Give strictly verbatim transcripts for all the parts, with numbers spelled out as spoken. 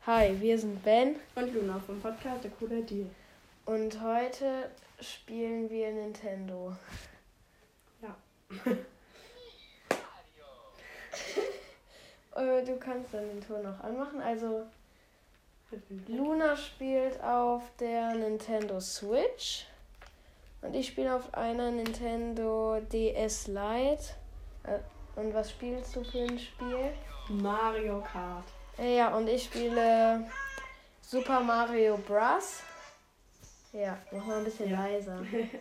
Hi, wir sind Ben und Luna vom Podcast Der Cooler Deal. Und heute spielen wir Nintendo. Ja. Du kannst dann den Ton noch anmachen. Also Luna spielt auf der Nintendo Switch und ich spiele auf einer Nintendo D S Lite. Und was spielst du für ein Spiel? Mario Kart. Ja, und ich spiele Super Mario Bros. Ja, mach mal ein bisschen ja. leiser.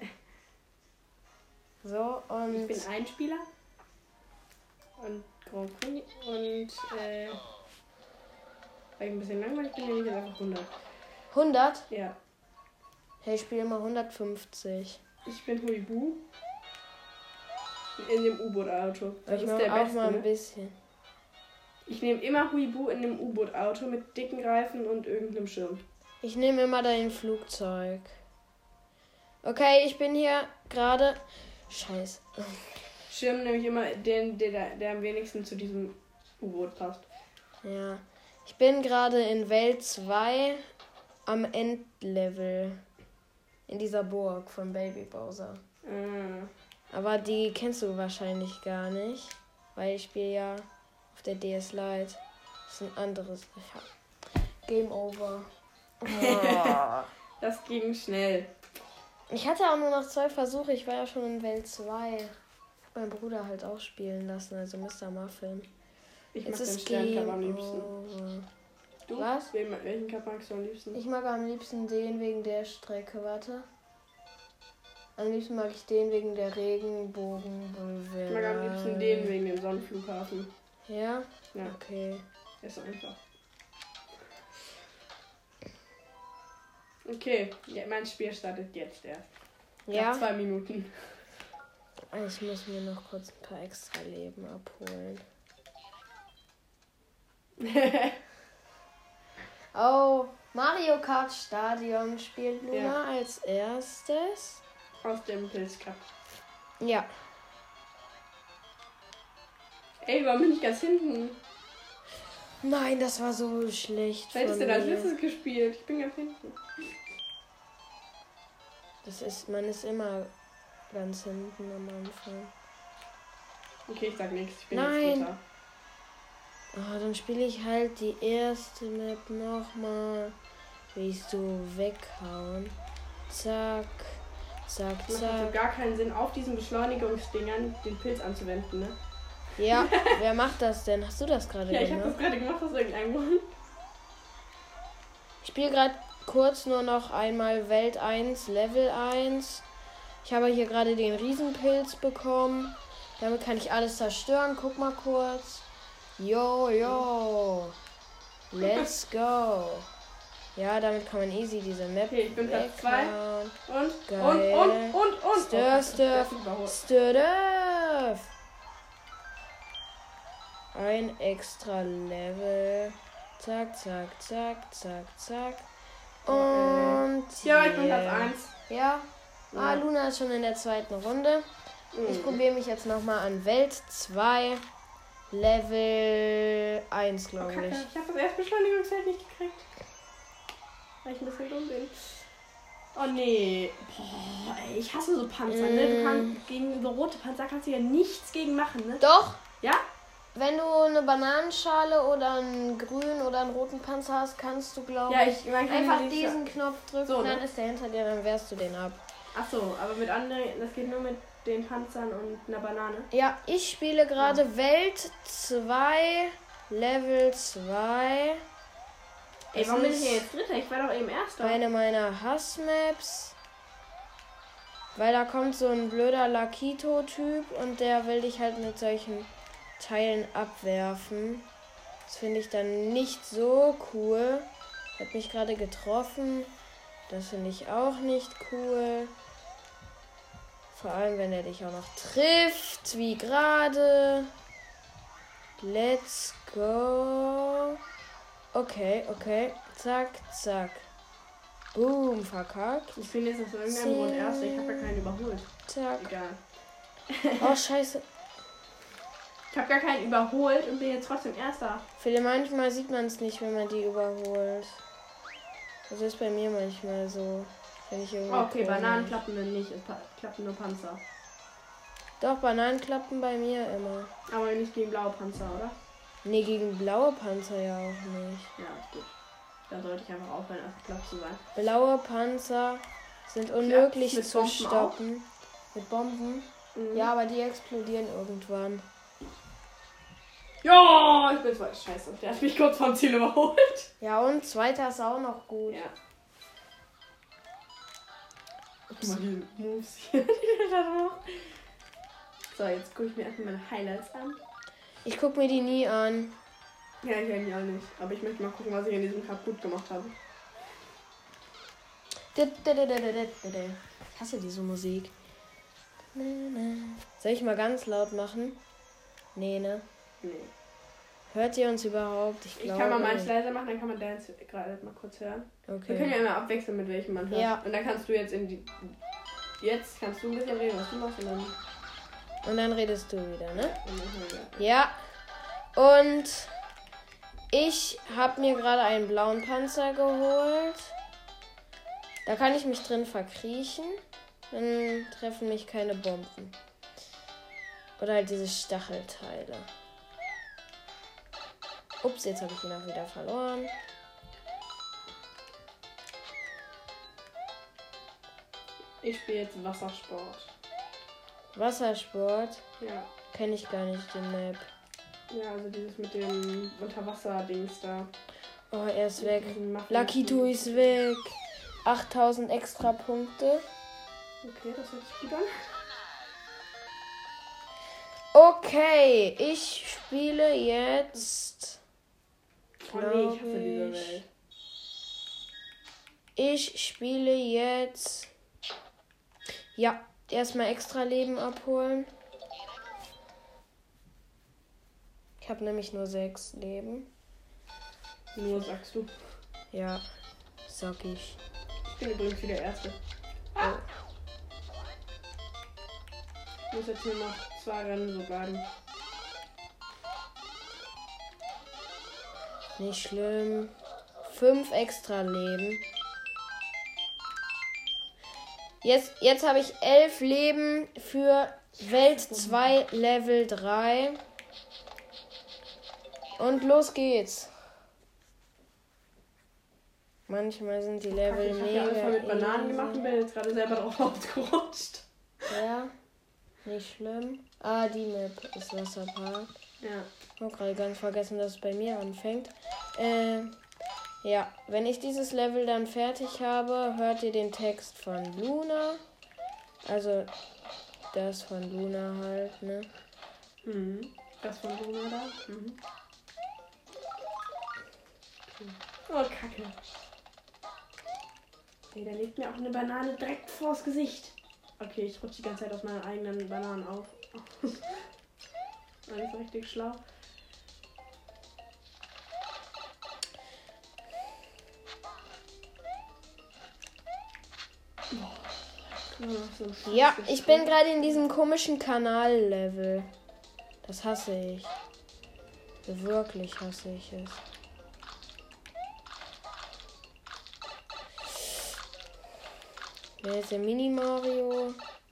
So, und... Ich bin Einspieler und Grand Prix und äh, weil ich ein bisschen langweilig bin, nehme ich jetzt einfach hundert. hundert? Ja. Hey, ich spiele mal hundertfünfzig. Ich bin Huibu in dem U-Boot-Auto. Das ich ist der auch beste, mal ein ne? bisschen. Ich nehme immer Huibu in dem U-Boot-Auto mit dicken Reifen und irgendeinem Schirm. Ich nehme immer dein Flugzeug. Okay, ich bin hier gerade... Scheiße. Schirm nehme ich immer den, der, der am wenigsten zu diesem U-Boot passt. Ja. Ich bin gerade in Welt zwei am Endlevel. In dieser Burg von Baby Bowser. Ah. Aber die kennst du wahrscheinlich gar nicht. Weil ich spiele ja auf der D S Lite. Das ist ein anderes. Game over. Oh. Das ging schnell. Ich hatte auch nur noch zwei Versuche. Ich war ja schon in Welt zwei. Mein Bruder halt auch spielen lassen, also Mister Muffin. Ich mag den Sterncup am liebsten. Over. Du? Was? Welchen Cup magst du am liebsten? Ich mag am liebsten den wegen der Strecke. Warte. Am liebsten mag ich den wegen der Regenbogenbewegung. Ich mag am liebsten den wegen dem Sonnenflughafen. Ja? Ja. Okay. Ist einfach. Okay, ja, mein Spiel startet jetzt erst. Ja? Nach zwei Minuten. Ich muss mir noch kurz ein paar extra Leben abholen. Oh, Mario Kart Stadion spielt Luna ja. als erstes. Aus dem Pilzcup. Ja. Ey, warum bin ich ganz hinten? Nein, das war so schlecht. Was hättest du denn als letztes gespielt? Ich bin ganz hinten. Das ist, man ist immer ganz hinten am Anfang. Okay, ich sag nichts. Ich bin Nein. jetzt Oh, dann spiele ich halt die erste Map nochmal. Willst du weghauen? Zack. Zack, zack. zack. Macht gar keinen Sinn, auf diesen Beschleunigungsdingern den Pilz anzuwenden, ne? Ja, wer macht das denn? Hast du das gerade ja, gemacht? Ja, ich habe das gerade gemacht aus irgendeinem Grund. Ich spiele gerade kurz nur noch einmal Welt eins, Level eins. Ich habe hier gerade den Riesenpilz bekommen. Damit kann ich alles zerstören. Guck mal kurz. Yo, yo. Let's go. Ja, damit kann man easy diese Map okay, ich bin Platz zwei. Und, Geil. und, und, und, und. Stir, stir, stir, stir. Ein extra Level. Zack, zack, zack, zack, zack. Und ja, ich bin Platz eins. Ja. Ah, Luna ist schon in der zweiten Runde. Mhm. Ich probiere mich jetzt nochmal an Welt zwei. Level eins, glaube oh, ich. Ich habe das Erstbeschleunigungsfeld nicht gekriegt. Weil ich ein bisschen dumm bin. Oh nee. Boah, ey, ich hasse so Panzer, mm. ne? Du kannst gegenüber rote Panzer kannst du ja nichts gegen machen, ne? Doch. Ja? Wenn du eine Bananenschale oder einen grünen oder einen roten Panzer hast, kannst du, glaube ja, ich, ich mein, einfach diesen Knopf drücken, so, ne? Dann ist der hinter dir, dann wehrst du den ab. Ach so, aber mit anderen, das geht nur mit den Panzern und einer Banane. Ja, ich spiele gerade ja. Welt zwei, Level zwei. Ey, warum bin ich hier jetzt Dritter? Ich war doch eben Erster. Eine meiner Hassmaps. Weil da kommt so ein blöder Lakito-Typ und der will dich halt mit solchen Teilen abwerfen. Das finde ich dann nicht so cool. Hat mich gerade getroffen. Das finde ich auch nicht cool. Vor allem, wenn er dich auch noch trifft, wie gerade. Let's go. Okay, okay. Zack, zack. Boom, verkackt. Ich bin jetzt aus irgendeinem Grund Erster. Ich habe ja keinen überholt. Zack. Egal. Oh, scheiße. Ich habe gar keinen überholt und bin jetzt trotzdem Erster. Viele manchmal sieht man es nicht, wenn man die überholt. Das ist bei mir manchmal so. Wenn ich irgendwie Oh, okay, komisch. Bananen klappen dann nicht. Es pa- klappen nur Panzer. Doch, Bananen klappen bei mir immer. Aber nicht gegen blaue Panzer, oder? Nee, gegen blaue Panzer ja auch nicht. Ja, ist gut. Da sollte ich einfach aufhören, erst platt zu sein. Blaue Panzer sind unmöglich mit zu Bomben stoppen. Mit Bomben? Mhm. Ja, aber die explodieren irgendwann. Ja, ich bin zweit. Scheiße. Der hat mich kurz vom Ziel überholt. Ja, und zweiter ist auch noch gut. Ja. Guck mal die Moves hier, die wir da noch. So, jetzt gucke ich mir erstmal meine Highlights an. Ich guck mir die nie an. Ja, ich eigentlich auch nicht. Aber ich möchte mal gucken, was ich in diesem Cup gut gemacht habe. Ich hasse diese Musik. Soll ich mal ganz laut machen? Nee, ne? Nee. Hört ihr uns überhaupt? Ich Ich glaube kann mal meins leiser machen, dann kann man Dance gerade mal kurz hören. Wir können Okay. ja immer abwechseln, mit welchem man hört. Ja. Und dann kannst du jetzt in die... Jetzt kannst du ein bisschen reden, was du machst. Und dann... Und dann redest du wieder, ne? Und dann hören wir. Ja. Und ich habe mir gerade einen blauen Panzer geholt. Da kann ich mich drin verkriechen. Dann treffen mich keine Bomben. Oder halt diese Stachelteile. Ups, jetzt habe ich ihn auch wieder verloren. Ich spiele jetzt Wassersport. Wassersport. Ja. Kenne ich gar nicht, den Map. Ja, also dieses mit dem Unterwasser-Dings da. Oh, er ist weg. Diesen Muffin- Lakito ist weg. achttausend extra Punkte. Okay, das hört sich gut an. Okay, ich spiele jetzt. Oh nee, ich hasse glaub diese ich. Welt. Ich spiele jetzt. Ja, erstmal extra Leben abholen. Ich habe nämlich nur sechs Leben. Nur sagst du. Ja, sag ich. Ich bin übrigens wieder Erste. Oh. Ich muss jetzt nur noch zwei Rennen so bleiben. Nicht schlimm. Fünf extra Leben. Jetzt, jetzt habe ich elf Leben für Welt zwei Level drei. Und los geht's. Manchmal sind die Level Ich habe mega. ja alles mal mit Bananen easy. gemacht und bin jetzt gerade selber drauf ausgerutscht. Ja, nicht schlimm. Ah, die Map ist Wasserpark. Ja. Ich habe gerade ganz vergessen, dass es bei mir anfängt. Äh, ja, wenn ich dieses Level dann fertig habe, hört ihr den Text von Luna. Also das von Luna halt, ne? Mhm. Das von Luna da. Mhm. Oh, Kacke. Ey, der legt mir auch eine Banane direkt vors Gesicht. Okay, ich rutsche die ganze Zeit aus meinen eigenen Bananen auf. War nicht so richtig schlau. Oh, so Ja, scheiße. ich bin gerade in diesem komischen Kanal-Level. Das hasse ich. Wirklich hasse ich es. Wer ist der Mini-Mario?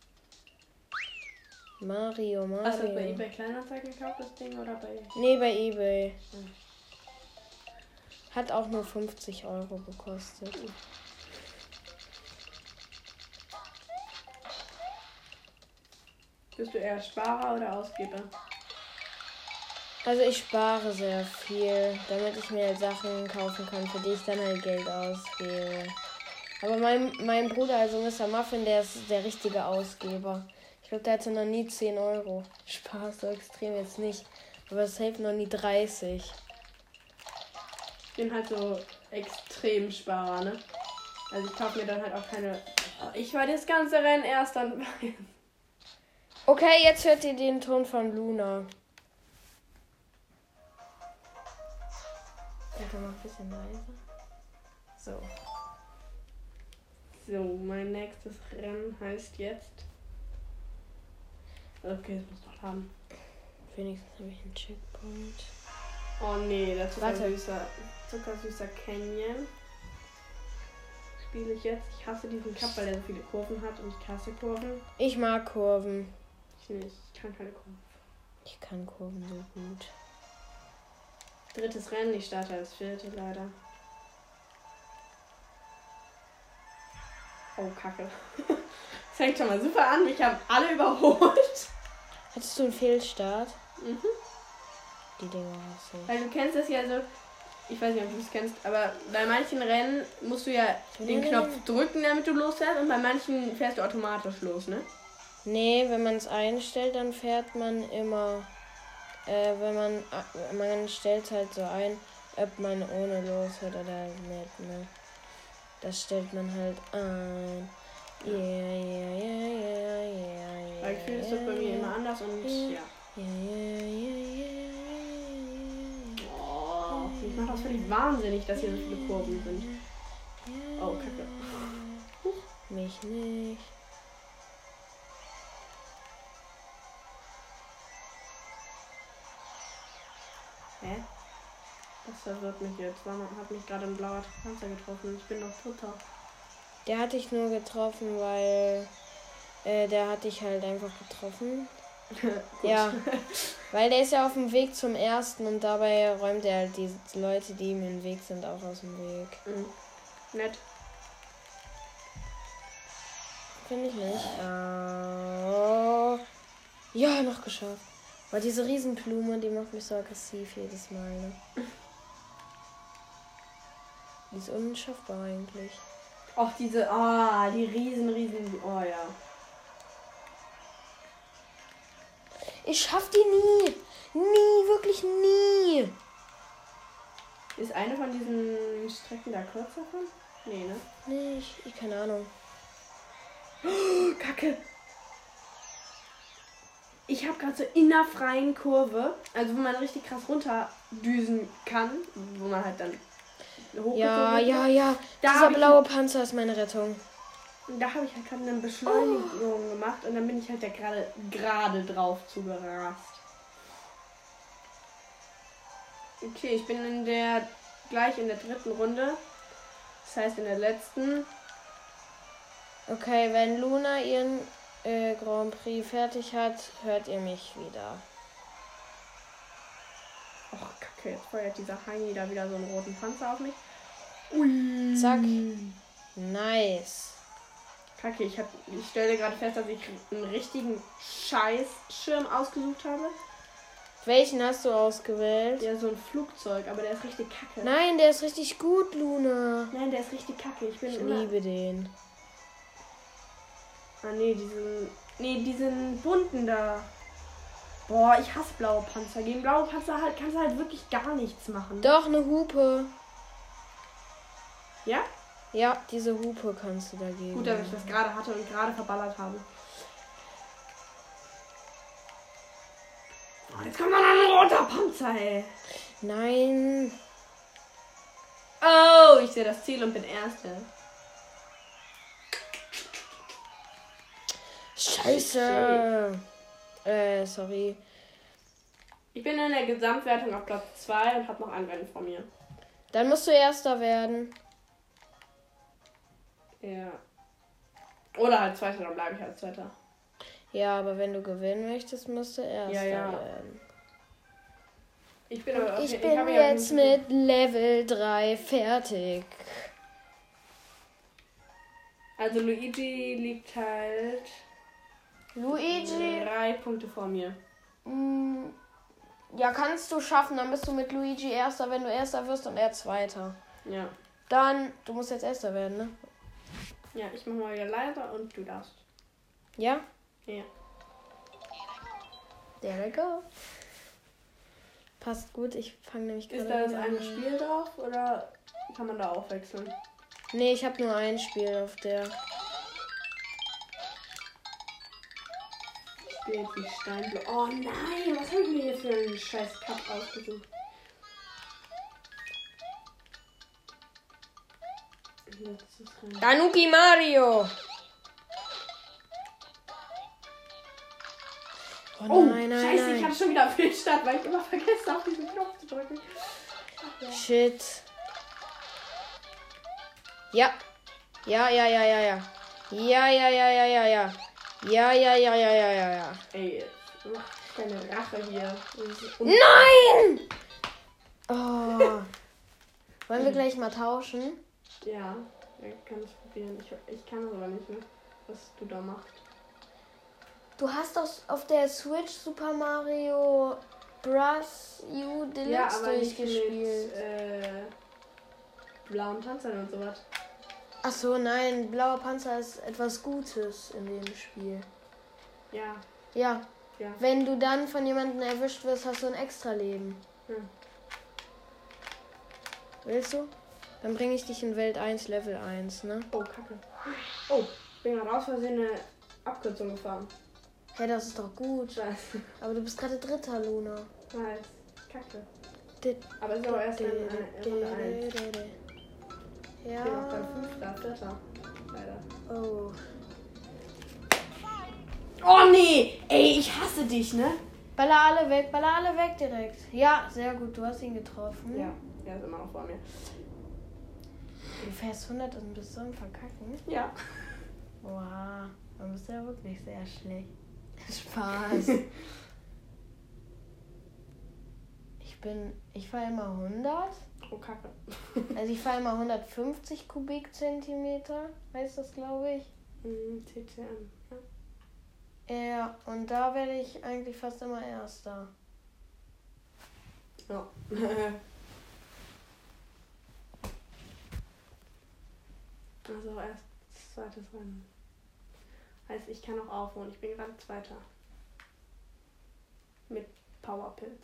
Mario, Mario. Hast du das bei eBay Kleinanzeigen gekauft, das Ding, oder bei... Nee, bei eBay. Hm. Hat auch nur fünfzig Euro gekostet. Bist du eher Sparer oder Ausgeber? Also ich spare sehr viel, damit ich mir halt Sachen kaufen kann, für die ich dann halt Geld ausgebe. Aber mein, mein Bruder, also Mister Muffin, der ist der richtige Ausgeber. Ich glaube, der hatte noch nie zehn Euro. Spaß, so extrem jetzt nicht. Aber es hilft noch nie dreißig. Ich bin halt so extrem Sparer, ne? Also ich kaufe mir dann halt auch keine... Oh, ich war das ganze Rennen erst dann... Okay, jetzt hört ihr den Ton von Luna. Warte mal ein bisschen leiser. So. So, mein nächstes Rennen heißt jetzt... Okay, das muss doch haben. Wenigstens habe ich einen Checkpoint. Oh nee, der Warte. zuckersüßer, zuckersüßer Canyon. Spiele ich jetzt. Ich hasse diesen Cup, weil der so viele Kurven hat und ich hasse Kurven. Ich mag Kurven. Ich nicht. Ich kann keine Kurven. Ich kann Kurven so gut. Drittes Rennen, ich starte als vierte leider. Oh, Kacke. Das fängt schon mal super an. Mich haben alle überholt. Hattest du einen Fehlstart? Mhm. Die Dinger hasse ich. Weil du kennst das ja so, ich weiß nicht, ob du es kennst, aber bei manchen Rennen musst du ja den Knopf drücken, damit du losfährst, und bei manchen fährst du automatisch los, ne? Nee, wenn man es einstellt, dann fährt man immer. Äh, wenn man. Man stellt halt so ein, ob man ohne losfährt oder nicht, ne? Das stellt man halt ein. Yeah, yeah, yeah, yeah, yeah, yeah. Weil ich finde es doch bei mir immer anders und ja. Yeah, yeah, yeah, yeah. Oh, ich mache das völlig wahnsinnig, dass hier so viele Kurven sind. Oh, Kacke. Mich nicht. Hä? Das verwirrt mich jetzt. Warum hat mich gerade ein blauer Panzer getroffen? Ich bin noch Tutter. Der hatte ich nur getroffen, weil äh, der hatte ich halt einfach getroffen. Ja, weil der ist ja auf dem Weg zum ersten und dabei räumt er halt die Leute, die ihm im Weg sind, auch aus dem Weg. Mhm. Nett. Finde ich nicht. Oh. Ja, noch geschafft. Weil diese Riesenblume, die macht mich so aggressiv jedes Mal. Ne? Die ist unschaffbar eigentlich. Auch diese, ah, die riesen, riesen, oh ja. Ich schaff die nie. Nie, wirklich nie. Ist eine von diesen Strecken da kürzer von? Nee, ne? Nee, ich, ich keine Ahnung. Oh, Kacke. Ich habe gerade so in einer freien Kurve, also wo man richtig krass runterdüsen kann, wo man halt dann hochgezogen Ja, wird. ja, ja. Da Dieser hab ich- blaue Panzer ist meine Rettung. Und da habe ich halt gerade eine Beschleunigung Oh. gemacht und dann bin ich halt da gerade gerade drauf zugerast. Okay, ich bin in der gleich in der dritten Runde. Das heißt in der letzten. Okay, wenn Luna ihren äh, Grand Prix fertig hat, hört ihr mich wieder. Och, Kacke, jetzt feuert dieser Heini da wieder so einen roten Panzer auf mich. Ui. Zack. Nice. Kacke, ich, hab, ich stelle gerade fest, dass ich einen richtigen Scheißschirm ausgesucht habe. Welchen hast du ausgewählt? Der ist so ein Flugzeug, aber der ist richtig kacke. Nein, der ist richtig gut, Luna. Nein, der ist richtig kacke. Ich bin Ich immer... liebe den. Ah, nee, diesen... Nee, diesen bunten da. Boah, ich hasse blaue Panzer. Gegen blaue Panzer halt, kannst du halt wirklich gar nichts machen. Doch, eine Hupe. Ja? Ja, diese Hupe kannst du dagegen. Gut, dass ich das gerade hatte und gerade verballert habe. Oh, jetzt kommt noch ein roter Panzer, ey. Nein. Oh, ich sehe das Ziel und bin Erste. Scheiße. Äh, sorry. Ich bin in der Gesamtwertung auf Platz zwei und habe noch ein Rennen vor mir. Dann musst du Erster werden. Ja. Oder halt Zweiter, dann bleibe ich als Zweiter. Ja, aber wenn du gewinnen möchtest, musst du Erster Ja, ja. werden. Ich bin, aber Ich ich bin habe ja jetzt nicht- mit Level drei fertig. Also Luigi liegt halt Luigi. drei Punkte vor mir. Mm, ja, kannst du schaffen. Dann bist du mit Luigi Erster, wenn du Erster wirst und er Zweiter. Ja. Dann, du musst jetzt Erster werden, ne? Ja, ich mache mal wieder leiser und du darfst. Ja? Ja. There we go. Passt gut, ich fange nämlich gerade Ist da das wieder eine an. Spiel drauf oder kann man da auch wechseln? Nee, ich habe nur ein Spiel auf der. Ich spiele jetzt die Steinblo. Oh nein, was habe ich mir hier für einen scheiß Cup ausgesucht? Letztes Rennen. Tanuki Mario! Oh, Oh, nein, nein, scheiße, nein. ich hatte schon wieder Fehlstart, weil ich immer vergesse, auf diesen Knopf zu drücken. Ja. Shit. Ja. Ja, ja, ja, ja, ja. Ja, ja, ja, ja, ja, ja. Ja, ja, ja, ja, ja, ja, ja. Ey, jetzt mach keine Rache hier. Nein! Oh. Wollen wir gleich mal tauschen? Ja, ja, kann ich probieren. Ich, ich kann aber nicht, ne? Was du da machst. Du hast doch auf der Switch Super Mario Bros. U Deluxe Ja, aber nicht durchgespielt. mit äh, blauen Panzern und sowas. Ach so, nein, blauer Panzer ist etwas Gutes in dem Spiel. Ja, Ja, ja. wenn du dann von jemandem erwischt wirst, hast du ein extra Leben. Hm. Willst du? Dann bringe ich dich in Welt eins, Level eins, ne? Oh, Kacke. Oh, bin gerade aus Versehen eine Abkürzung gefahren. Hey, das ist doch gut. Scheiße. Aber du bist gerade Dritter, Luna. Nice. Kacke. Dit, Aber es ist aber erst in dit, in Runde eins. dit, dit. Ich bin auch beim Ja. Fünfter, Vierter. Leider. Oh. Oh nee! Ey, ich hasse dich, ne? Baller alle weg, baller alle weg direkt. Ja, sehr gut, du hast ihn getroffen. Ja, er ist immer noch vor mir. Du fährst hundert und bist so am Verkacken. Ja. Wow, dann bist du ja wirklich sehr schlecht. Spaß. Ich bin, ich fahre immer hundert. Oh, Kacke. Also ich fahre immer hundertfünfzig Kubikzentimeter, heißt das, glaube ich. Mhm, T C M, ja. Ja, und da werde ich eigentlich fast immer Erster. Ja. Also erst zweites Rennen. Heißt, ich kann noch aufholen. Ich bin gerade Zweiter. Mit Powerpilz.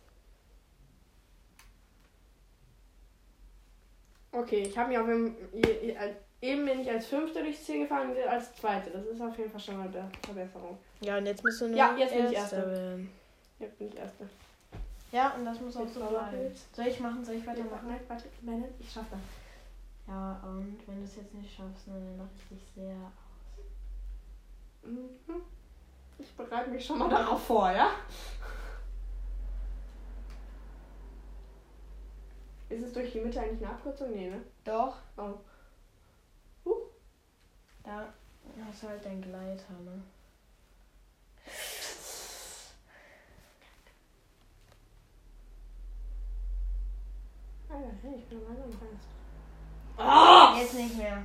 Okay, ich habe mich auf jeden Fall, eben bin ich als Fünfte durchs Ziel gefahren und als Zweite. Das ist auf jeden Fall schon mal eine Verbesserung. Ja, und jetzt musst du nur Ja, jetzt bin ich Erster Erste. werden. Jetzt bin ich Erste. Ja, und das muss auch Mit so bleiben. Powerpilz. Soll ich machen? Soll ich weitermachen? Nein, warte, nein, nein, ich schaffe das. Ja, und wenn du es jetzt nicht schaffst, ne, dann mache ich dich sehr aus. Mhm. Ich bereite mich schon mal darauf vor, ja? Ist es durch die Mitte eigentlich eine Abkürzung? Nee, ne? Doch. Oh. Uh. Da hast du halt deinen Gleiter, ne? Alter, hey, ich bin am anderen Preis. Ah! Jetzt nicht mehr.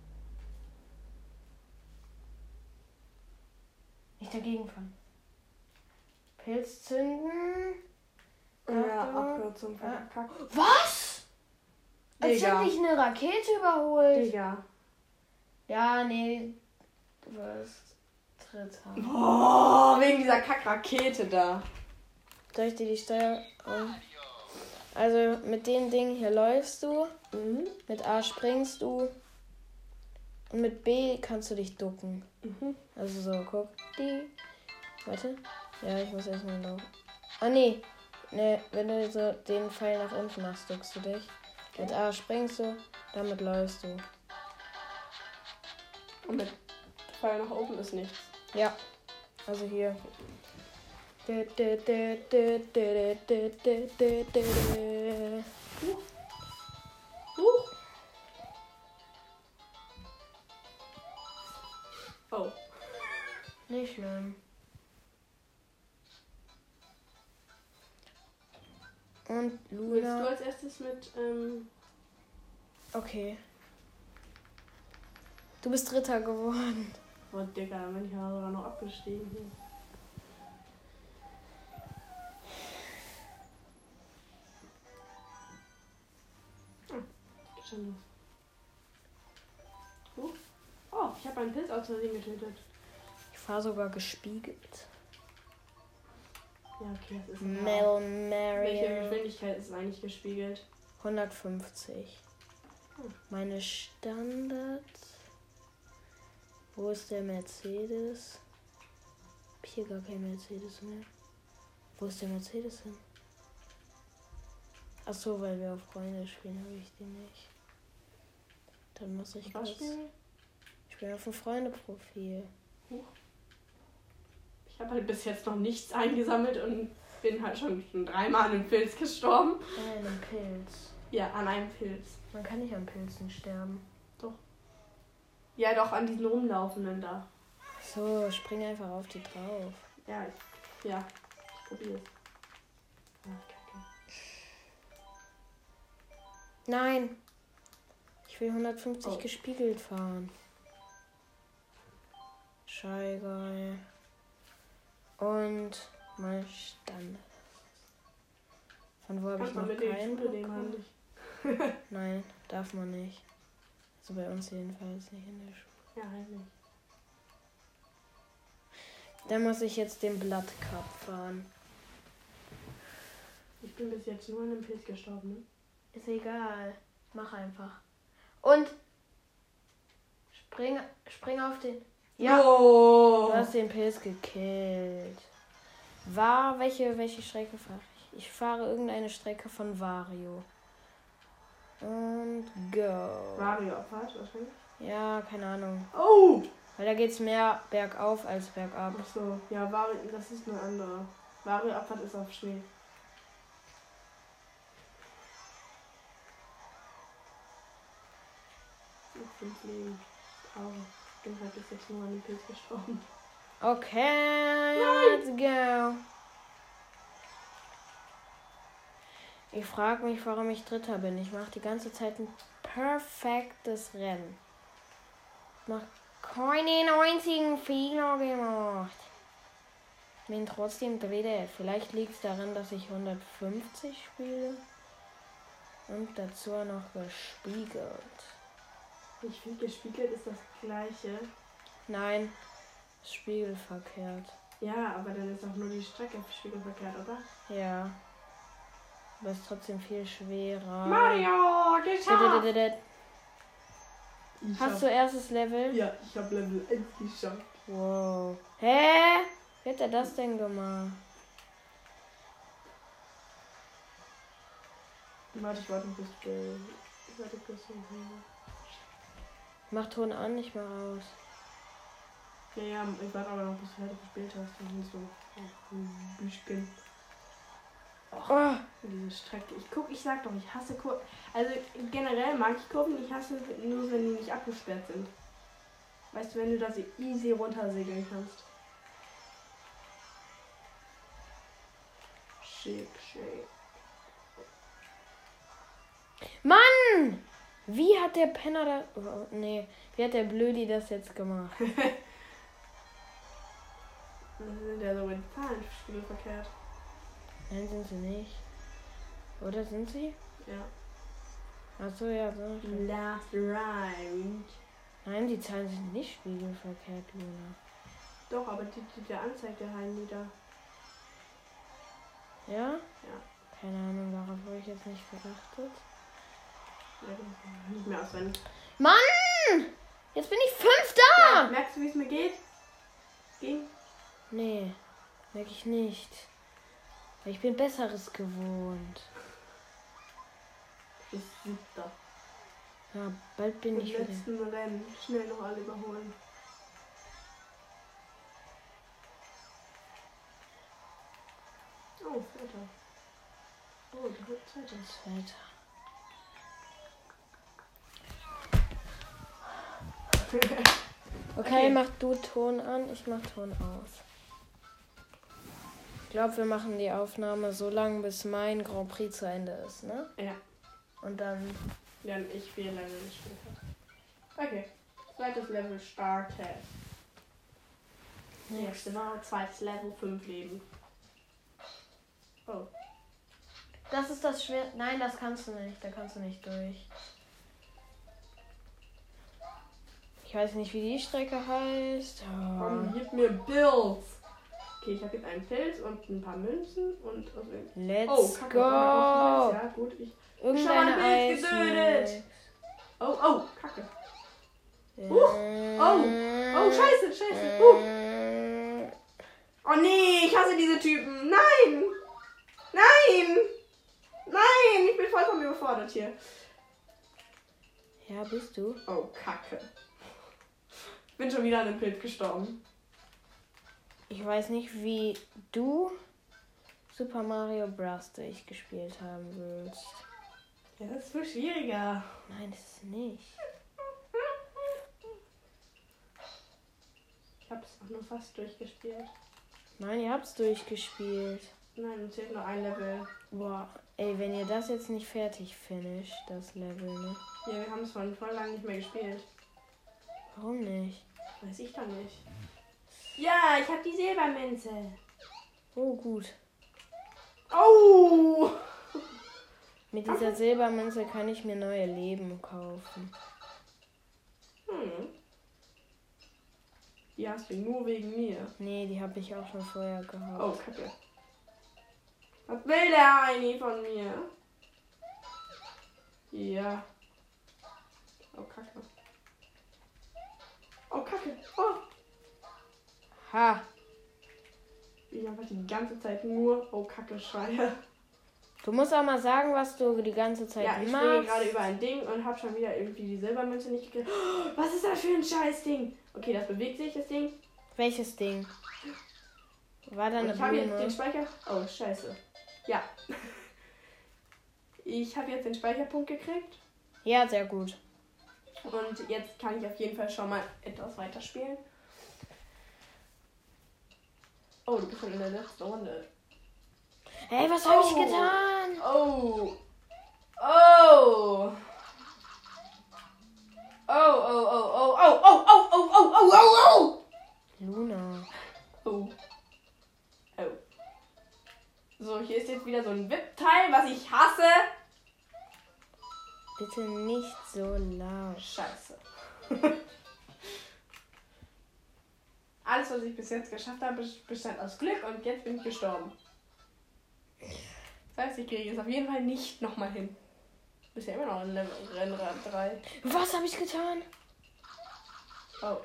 Nicht dagegen fahren. Pilz zünden. Ja, Achtung. Abkürzung Ah. verkackt. Was? Als Digga. hätte ich eine Rakete überholt. Digga. Ja, nee. Du warst Dritter. Oh, wegen dieser Kackrakete da. Soll ich dir die Steuer... Oh. Also mit den Dingen hier läufst du. Mhm. Mit A springst du. Und mit B kannst du dich ducken. Mhm. Also so, guck. Die. Warte. Ja, ich muss erstmal laufen. Ah, nee. Nee, wenn du so den Pfeil nach unten machst, duckst du dich. Mit A springst du, damit läufst du. Und mit Pfeil nach oben ist nichts. Ja. Also hier. Huch. Oh. Nicht schlimm. Und Willst du Luna. als erstes mit, ähm... Okay. Du bist Dritter geworden. Oh, Digga, dann bin ich ja sogar noch abgestiegen hier. Ah, geht schon los. Huch. Oh, ich habe einen Pilz aus Versehen getötet. Ich fahre sogar gespiegelt. Ja, okay, das ist Mel Welche Mario. Geschwindigkeit ist eigentlich gespiegelt? hundertfünfzig. Meine Standard. Wo ist der Mercedes? Hab hier gar kein Mercedes mehr. Wo ist der Mercedes hin? Ach so, weil wir auf Freunde spielen, habe ich den nicht. Dann muss ich Was kurz. spielen wir? Ich bin auf dem Freunde-Profil. Huch. Ich habe halt bis jetzt noch nichts eingesammelt und bin halt schon, schon dreimal an einem Pilz gestorben. An einem Pilz. Ja, an einem Pilz. Man kann nicht an Pilzen sterben. Doch. Ja, doch, an diesen rumlaufenden da. So, spring einfach auf die drauf. Ja, ich, ja, ich probiere es. Ach, Kacke. Nein. Ich will hundertfünfzig Oh. gespiegelt fahren. Scheigeil. Und mal Standard. Von wo habe ich Kann man noch mit den keinen Schule nehmen, bekommen? nicht. Nein, darf man nicht. Also bei uns jedenfalls nicht in der Schule. Ja, halt nicht. Dann muss ich jetzt den Blood Cup fahren. Ich bin bis jetzt nur an einem Pilz gestorben, ne? Ist egal. Mach einfach. Und spring, spring auf den. Ja, Oh. du hast den Pilz gekillt. War, welche, welche Strecke fahre ich? Ich fahre irgendeine Strecke von Wario. Und go. Mario Abfahrt wahrscheinlich. Ja, keine Ahnung. Oh! Weil da geht's mehr bergauf als bergab. Ach so, ja, Mario, das ist eine andere. Mario Abfahrt ist auf Schnee. Noch fünf Leben. Traurig. Ich bin halt bis jetzt nur an den Pilz gestorben. Okay, let's go. Ich frage mich, warum ich Dritter bin. Ich mache die ganze Zeit ein perfektes Rennen. Ich mache keine einzigen Fehler gemacht. Bin trotzdem Dritter. Vielleicht liegt es daran, dass ich hundertfünfzig spiele. Und dazu noch gespiegelt. Ich finde, gespiegelt ist das gleiche. Nein, spiegelverkehrt. Ja, aber dann ist auch nur die Strecke spiegelverkehrt, oder? Ja. Aber ist trotzdem viel schwerer. Mario, geschafft! Ich Hast hab, du erstes Level? Ja, ich habe Level eins geschafft. Wow. Hä? Wie hat er das denn gemacht? Warte, ich warte bis du... Ich warte bis du... Mach Ton an, ich mach aus. Ja, ja, ich warte aber noch, bis du fertig gespielt hast. Und nicht so ein Büchchen. Oh. Diese Strecke. Ich guck, ich sag doch, ich hasse Kurven. Also generell mag ich Kurven, ich hasse nur, wenn die nicht abgesperrt sind. Weißt du, wenn du das easy runtersegeln kannst. Schick, schick. Mann! Wie hat der Penner da... Oh, nee, wie hat der Blödi das jetzt gemacht? Das sind ja so mit Zahlenspiegel verkehrt. Nein, sind sie nicht. Oder sind sie? Ja. Achso, ja, so. Last round. Nein, die Zahlen sind nicht spiegelverkehrt, Luna. Doch, aber die, die der anzeigt der Hein wieder. Ja? Ja. Keine Ahnung, darauf habe ich jetzt nicht geachtet. Ja, nicht mehr auswendig. Mann! Jetzt bin ich Fünfter! Ja, merkst du, wie es mir geht? Ging? Nee, merke ich nicht. Weil ich bin Besseres gewohnt. Bis siebter. Ja, bald bin Im ich wieder. letzten Rennen. Schnell noch alle überholen. Oh, vierter. Oh, dritter. Zweiter. Okay, Okay. mach du Ton an, ich mach Ton aus. Ich glaube, wir machen die Aufnahme so lange, bis mein Grand Prix zu Ende ist, ne? Ja. Und dann... Ja, ich spiele leider nicht später. Okay. Zweites Level startet. Ja, genau. Zweites Level, fünf Leben. Oh. Das ist das schwer... Nein, das kannst du nicht. Da kannst du nicht durch. Ich weiß nicht, wie die Strecke heißt. Oh. Komm, gib mir Bills. Okay, ich habe jetzt einen Pilz und ein paar Münzen und... Also, Let's oh, Kacke, go! Ja, gut. Ich, Irgendeine Schau mal, Pilz getötet. Eis. oh, oh, Kacke. Huch! Oh, oh, scheiße, scheiße. Uh. Oh nee, ich hasse diese Typen. Nein! Nein! Nein, ich bin vollkommen überfordert hier. Ja, bist du? Oh, Kacke. Ich bin schon wieder an dem Pilz gestorben. Ich weiß nicht, wie du Super Mario Bros. Durchgespielt haben willst. Ja, das ist viel schwieriger. Nein, das ist nicht. Ich hab's auch nur fast durchgespielt. Nein, ihr habt's durchgespielt. Nein, es fehlt nur ein Level. Boah, ey, wenn ihr das jetzt nicht fertig finisht, das Level, ne? Ja, wir haben es schon voll lange nicht mehr gespielt. Warum nicht? Weiß ich doch nicht. Ja, ich hab die Silbermünze. Oh, gut. Oh! Mit dieser Silbermünze kann ich mir neue Leben kaufen. Hm. Die hast du nur wegen mir. Nee, die habe ich auch schon vorher gehabt. Oh, Kacke. Was will der Heini von mir? Ja. Oh, Kacke. Oh, Kacke. Oh. Ha! Ich einfach die ganze Zeit nur Oh, Kacke schreie. Du musst auch mal sagen, was du die ganze Zeit Ja, ich machst. springe gerade über ein Ding und hab schon wieder irgendwie die Silbermünze nicht gekriegt. Oh, was ist das für ein scheiß Ding? Okay, das bewegt sich, das Ding. Welches Ding? War da Und eine ich habe jetzt Blume? den Speicher... Oh, scheiße. Ja. Ich habe jetzt den Speicherpunkt gekriegt. Ja, sehr gut. Und jetzt kann ich auf jeden Fall schon mal etwas weiter spielen. Oh, du bist schon in der letzten Runde. Hey, was habe Oh. ich getan? Oh. Oh. Oh, oh, oh, oh, oh, oh, oh, oh, oh, oh, oh, oh. Luna. Oh. Oh. So, hier ist jetzt wieder so ein W I P-Teil, was ich hasse. Bitte nicht so laut. Scheiße. Alles, was ich bis jetzt geschafft habe, bestand aus Glück und jetzt bin ich gestorben. Das heißt, ich kriege es auf jeden Fall nicht nochmal hin. Bisher immer noch in Level Rennrad drei. Was habe ich getan? Oh.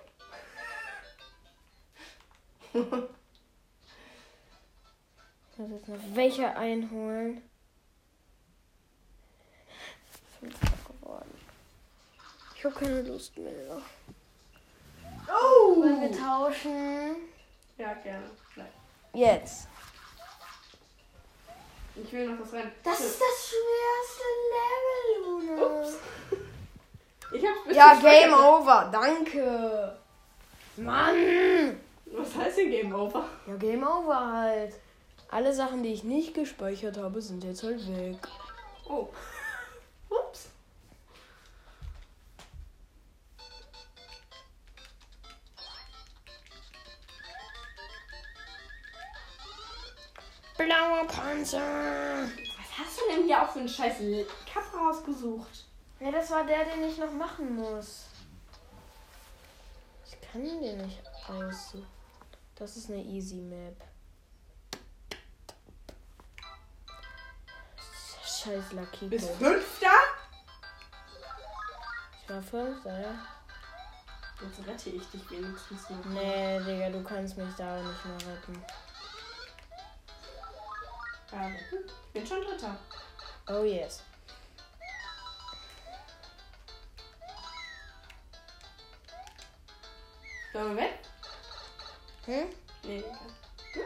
Ich muss jetzt noch welche einholen. Fünfter geworden. Ich habe keine Lust mehr. Oh! Wollen wir tauschen? Ja, gerne. Nein. Jetzt. Ich will noch das Rennen. Das ist das schwerste Level, Luna. Ups. Ich hab's bis Ja, zum Game Speicher- Over. Danke. Mann. Was heißt denn Game Over? Ja, Game Over halt. Alle Sachen, die ich nicht gespeichert habe, sind jetzt halt weg. Oh. Ups. Blauer Panzer. Was hast du denn hier auch für einen scheiß Cup rausgesucht? Ja, das war der, den ich noch machen muss. Ich kann den nicht aussuchen. Das ist eine Easy Map. Scheiß Lakito. Bis fünfter? Ich war Fünfter, ja? Jetzt rette ich dich wenigstens noch. Nee, Digga, du kannst mich da auch nicht mehr retten. Ja, hm, ich bin schon Dritter. Oh yes. Sollen wir weg? Hm? Nee, egal. Hm?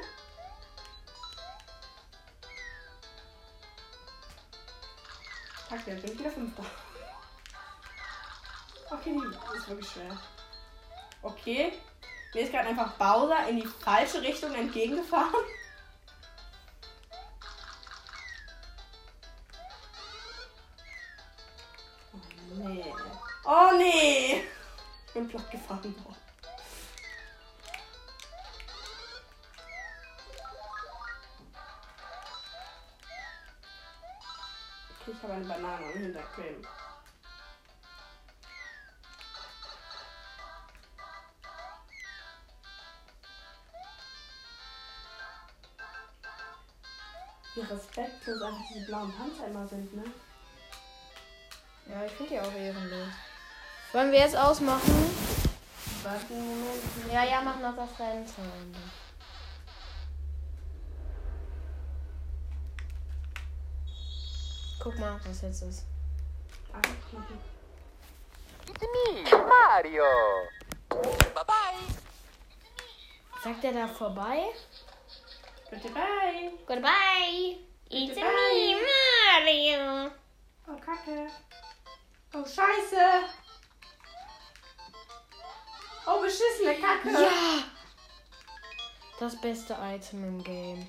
Kacke, jetzt bin ich wieder Fünfter. Okay, das ist wirklich schwer. Okay. Mir ist gerade einfach Bowser in die falsche Richtung entgegengefahren. Oh nee. Oh nee. Ich bin platt gefahren worden. Okay, ich habe eine Banane am Hinterklemm. Wie respektlos einfach diese blauen Panzer immer sind, ne? Ja, ich finde die auch ehrenlos. Wollen wir jetzt ausmachen? Warte einen Moment. Ja, ja, mach noch das Rennen zu Ende. Guck mal, was jetzt ist. Ah, Knochen. It's me, Mario. Bye bye. Sagt er da vorbei? Goodbye. Goodbye. It's Goodbye. me, Mario. Oh, Kacke. Oh, Scheiße. Oh, beschissene Kacke. Ja! Das beste Item im Game.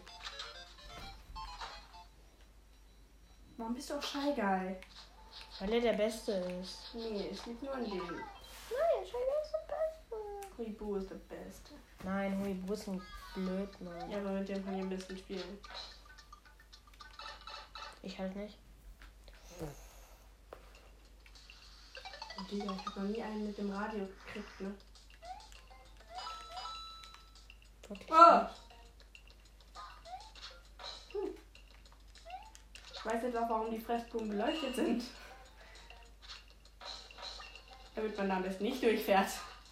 Warum bist du auch Shy Guy? Weil er der Beste ist. Nee, es liegt nur an dem. Nein, Shy Guy ist der Beste. Huibu ist der Beste. Nein, Huibu ist ein Blödmann. Ja, aber mit dem kann ich ein bisschen spielen. Ich halt nicht. Und Digga, ich hab noch nie einen mit dem Radio gekriegt, ne? Wirklich Oh! nicht. Hm. Ich weiß jetzt auch, warum die Fressblumen beleuchtet sind. Damit man da am besten nicht durchfährt.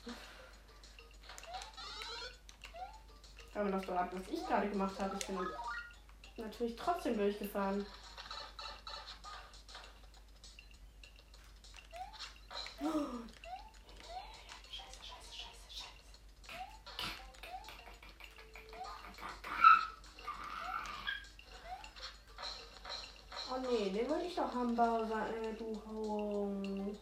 Aber noch verraten, was ich gerade gemacht habe. Ich bin natürlich trotzdem durchgefahren. Oh. Scheiße, scheiße, scheiße, scheiße. Oh nee, den wollte ich doch haben, Bowser, äh, du Honk.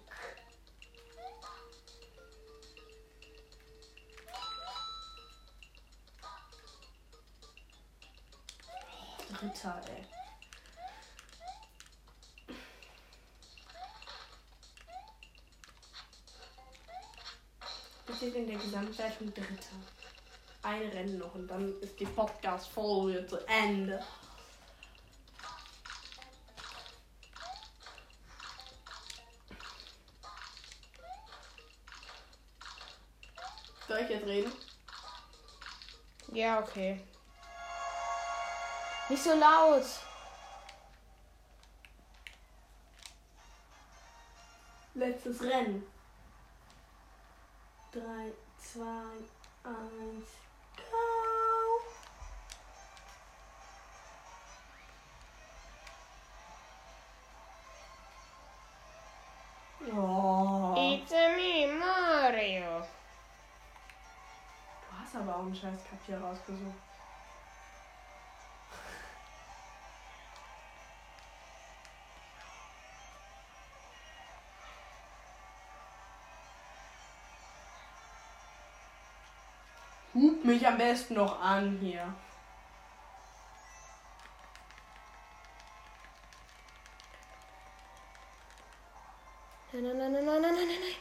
Oh, Dritter, ey. Wir sind in der Gesamtwertung Dritter. Ein Rennen noch und dann ist die Podcast-Folge zu Ende. Soll ich jetzt reden? Ja, okay. Nicht so laut. Letztes Rennen. Drei, zwei, eins, go! Oh. It's me, Mario. Du hast aber auch einen scheiß Cup hier rausgesucht. Hub mich am besten noch an hier. Nein, nein, nein, nein, nein, nein, nein, nein.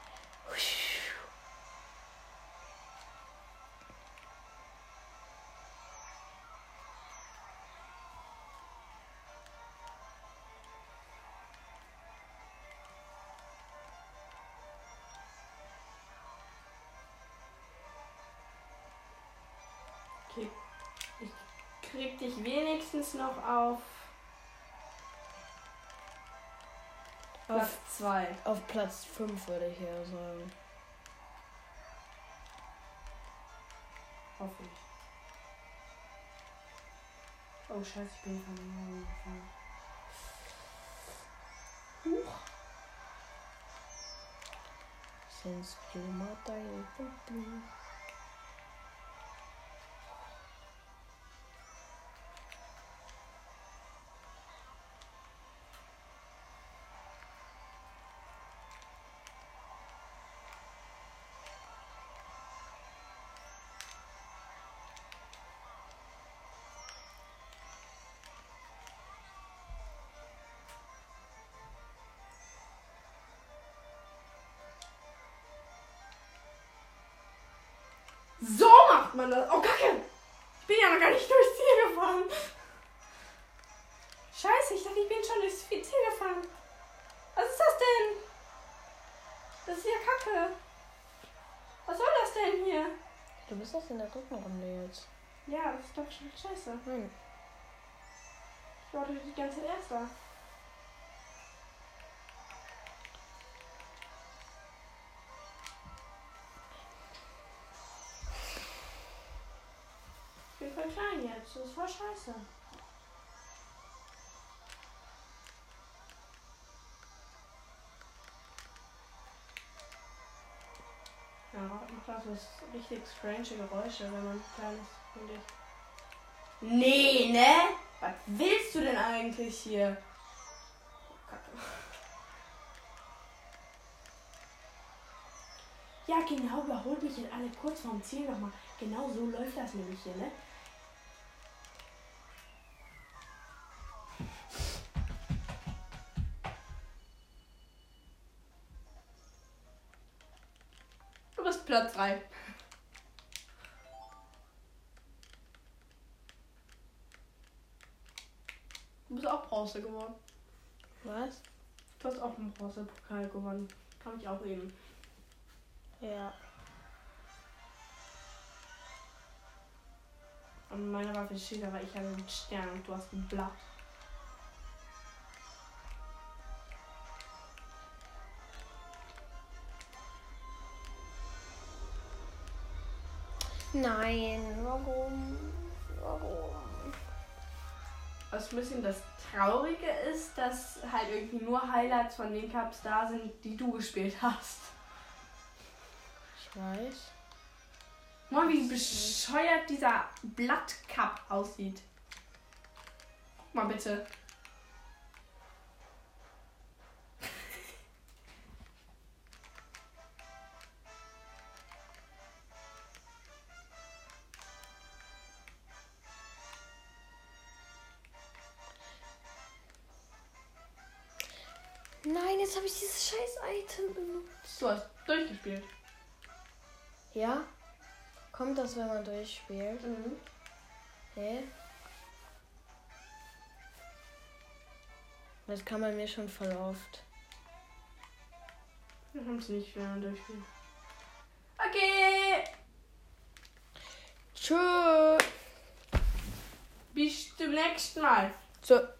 Okay. Ich krieg dich wenigstens noch auf Platz Auf, zwei. auf Platz fünf würde ich eher sagen. Hoffe ich. Oh scheiße, ich bin von mir gefahren. Huch. Since you mata you. So macht man das. Oh, Kacke. Ich bin ja noch gar nicht durchs Ziel gefahren. Scheiße, ich dachte, ich bin schon durchs Ziel gefahren. Was ist das denn? Das ist ja Kacke. Was soll das denn hier? Du bist erst in der dritten Runde jetzt. Ja, das ist doch schon scheiße. Nein. Ich war doch die ganze Zeit Erster. Ich bin voll klein jetzt. Das ist voll scheiße. Ja. macht das so richtig strange Geräusche, wenn man klein ist, finde ich. Nee, ne? Was willst du denn eigentlich hier? Kacke. Ja, genau, überholt mich jetzt alle kurz vorm Ziel nochmal. Genau so läuft das nämlich hier, ne? Du bist Platz drei. Du bist auch Bronze geworden. Was? Du hast auch einen Bronzepokal gewonnen. Kann ich auch eben. Ja. Und meine Waffe steht, aber ich habe einen Stern und du hast ein Blatt. Nein, warum? Warum? Was ein bisschen das Traurige ist, dass halt irgendwie nur Highlights von den Cups da sind, die du gespielt hast. Ich weiß. Mann, wie bescheuert dieser Blattcup aussieht. Guck mal bitte. Nein, jetzt habe ich dieses scheiß Item benutzt. Du hast durchgespielt. Ja? Kommt das, wenn man durchspielt? Mhm. Hä? Das kann man mir schon voll oft. Wir haben es nicht, wenn man durchspielt. Okay. Tschüss. Bis zum nächsten Mal. So.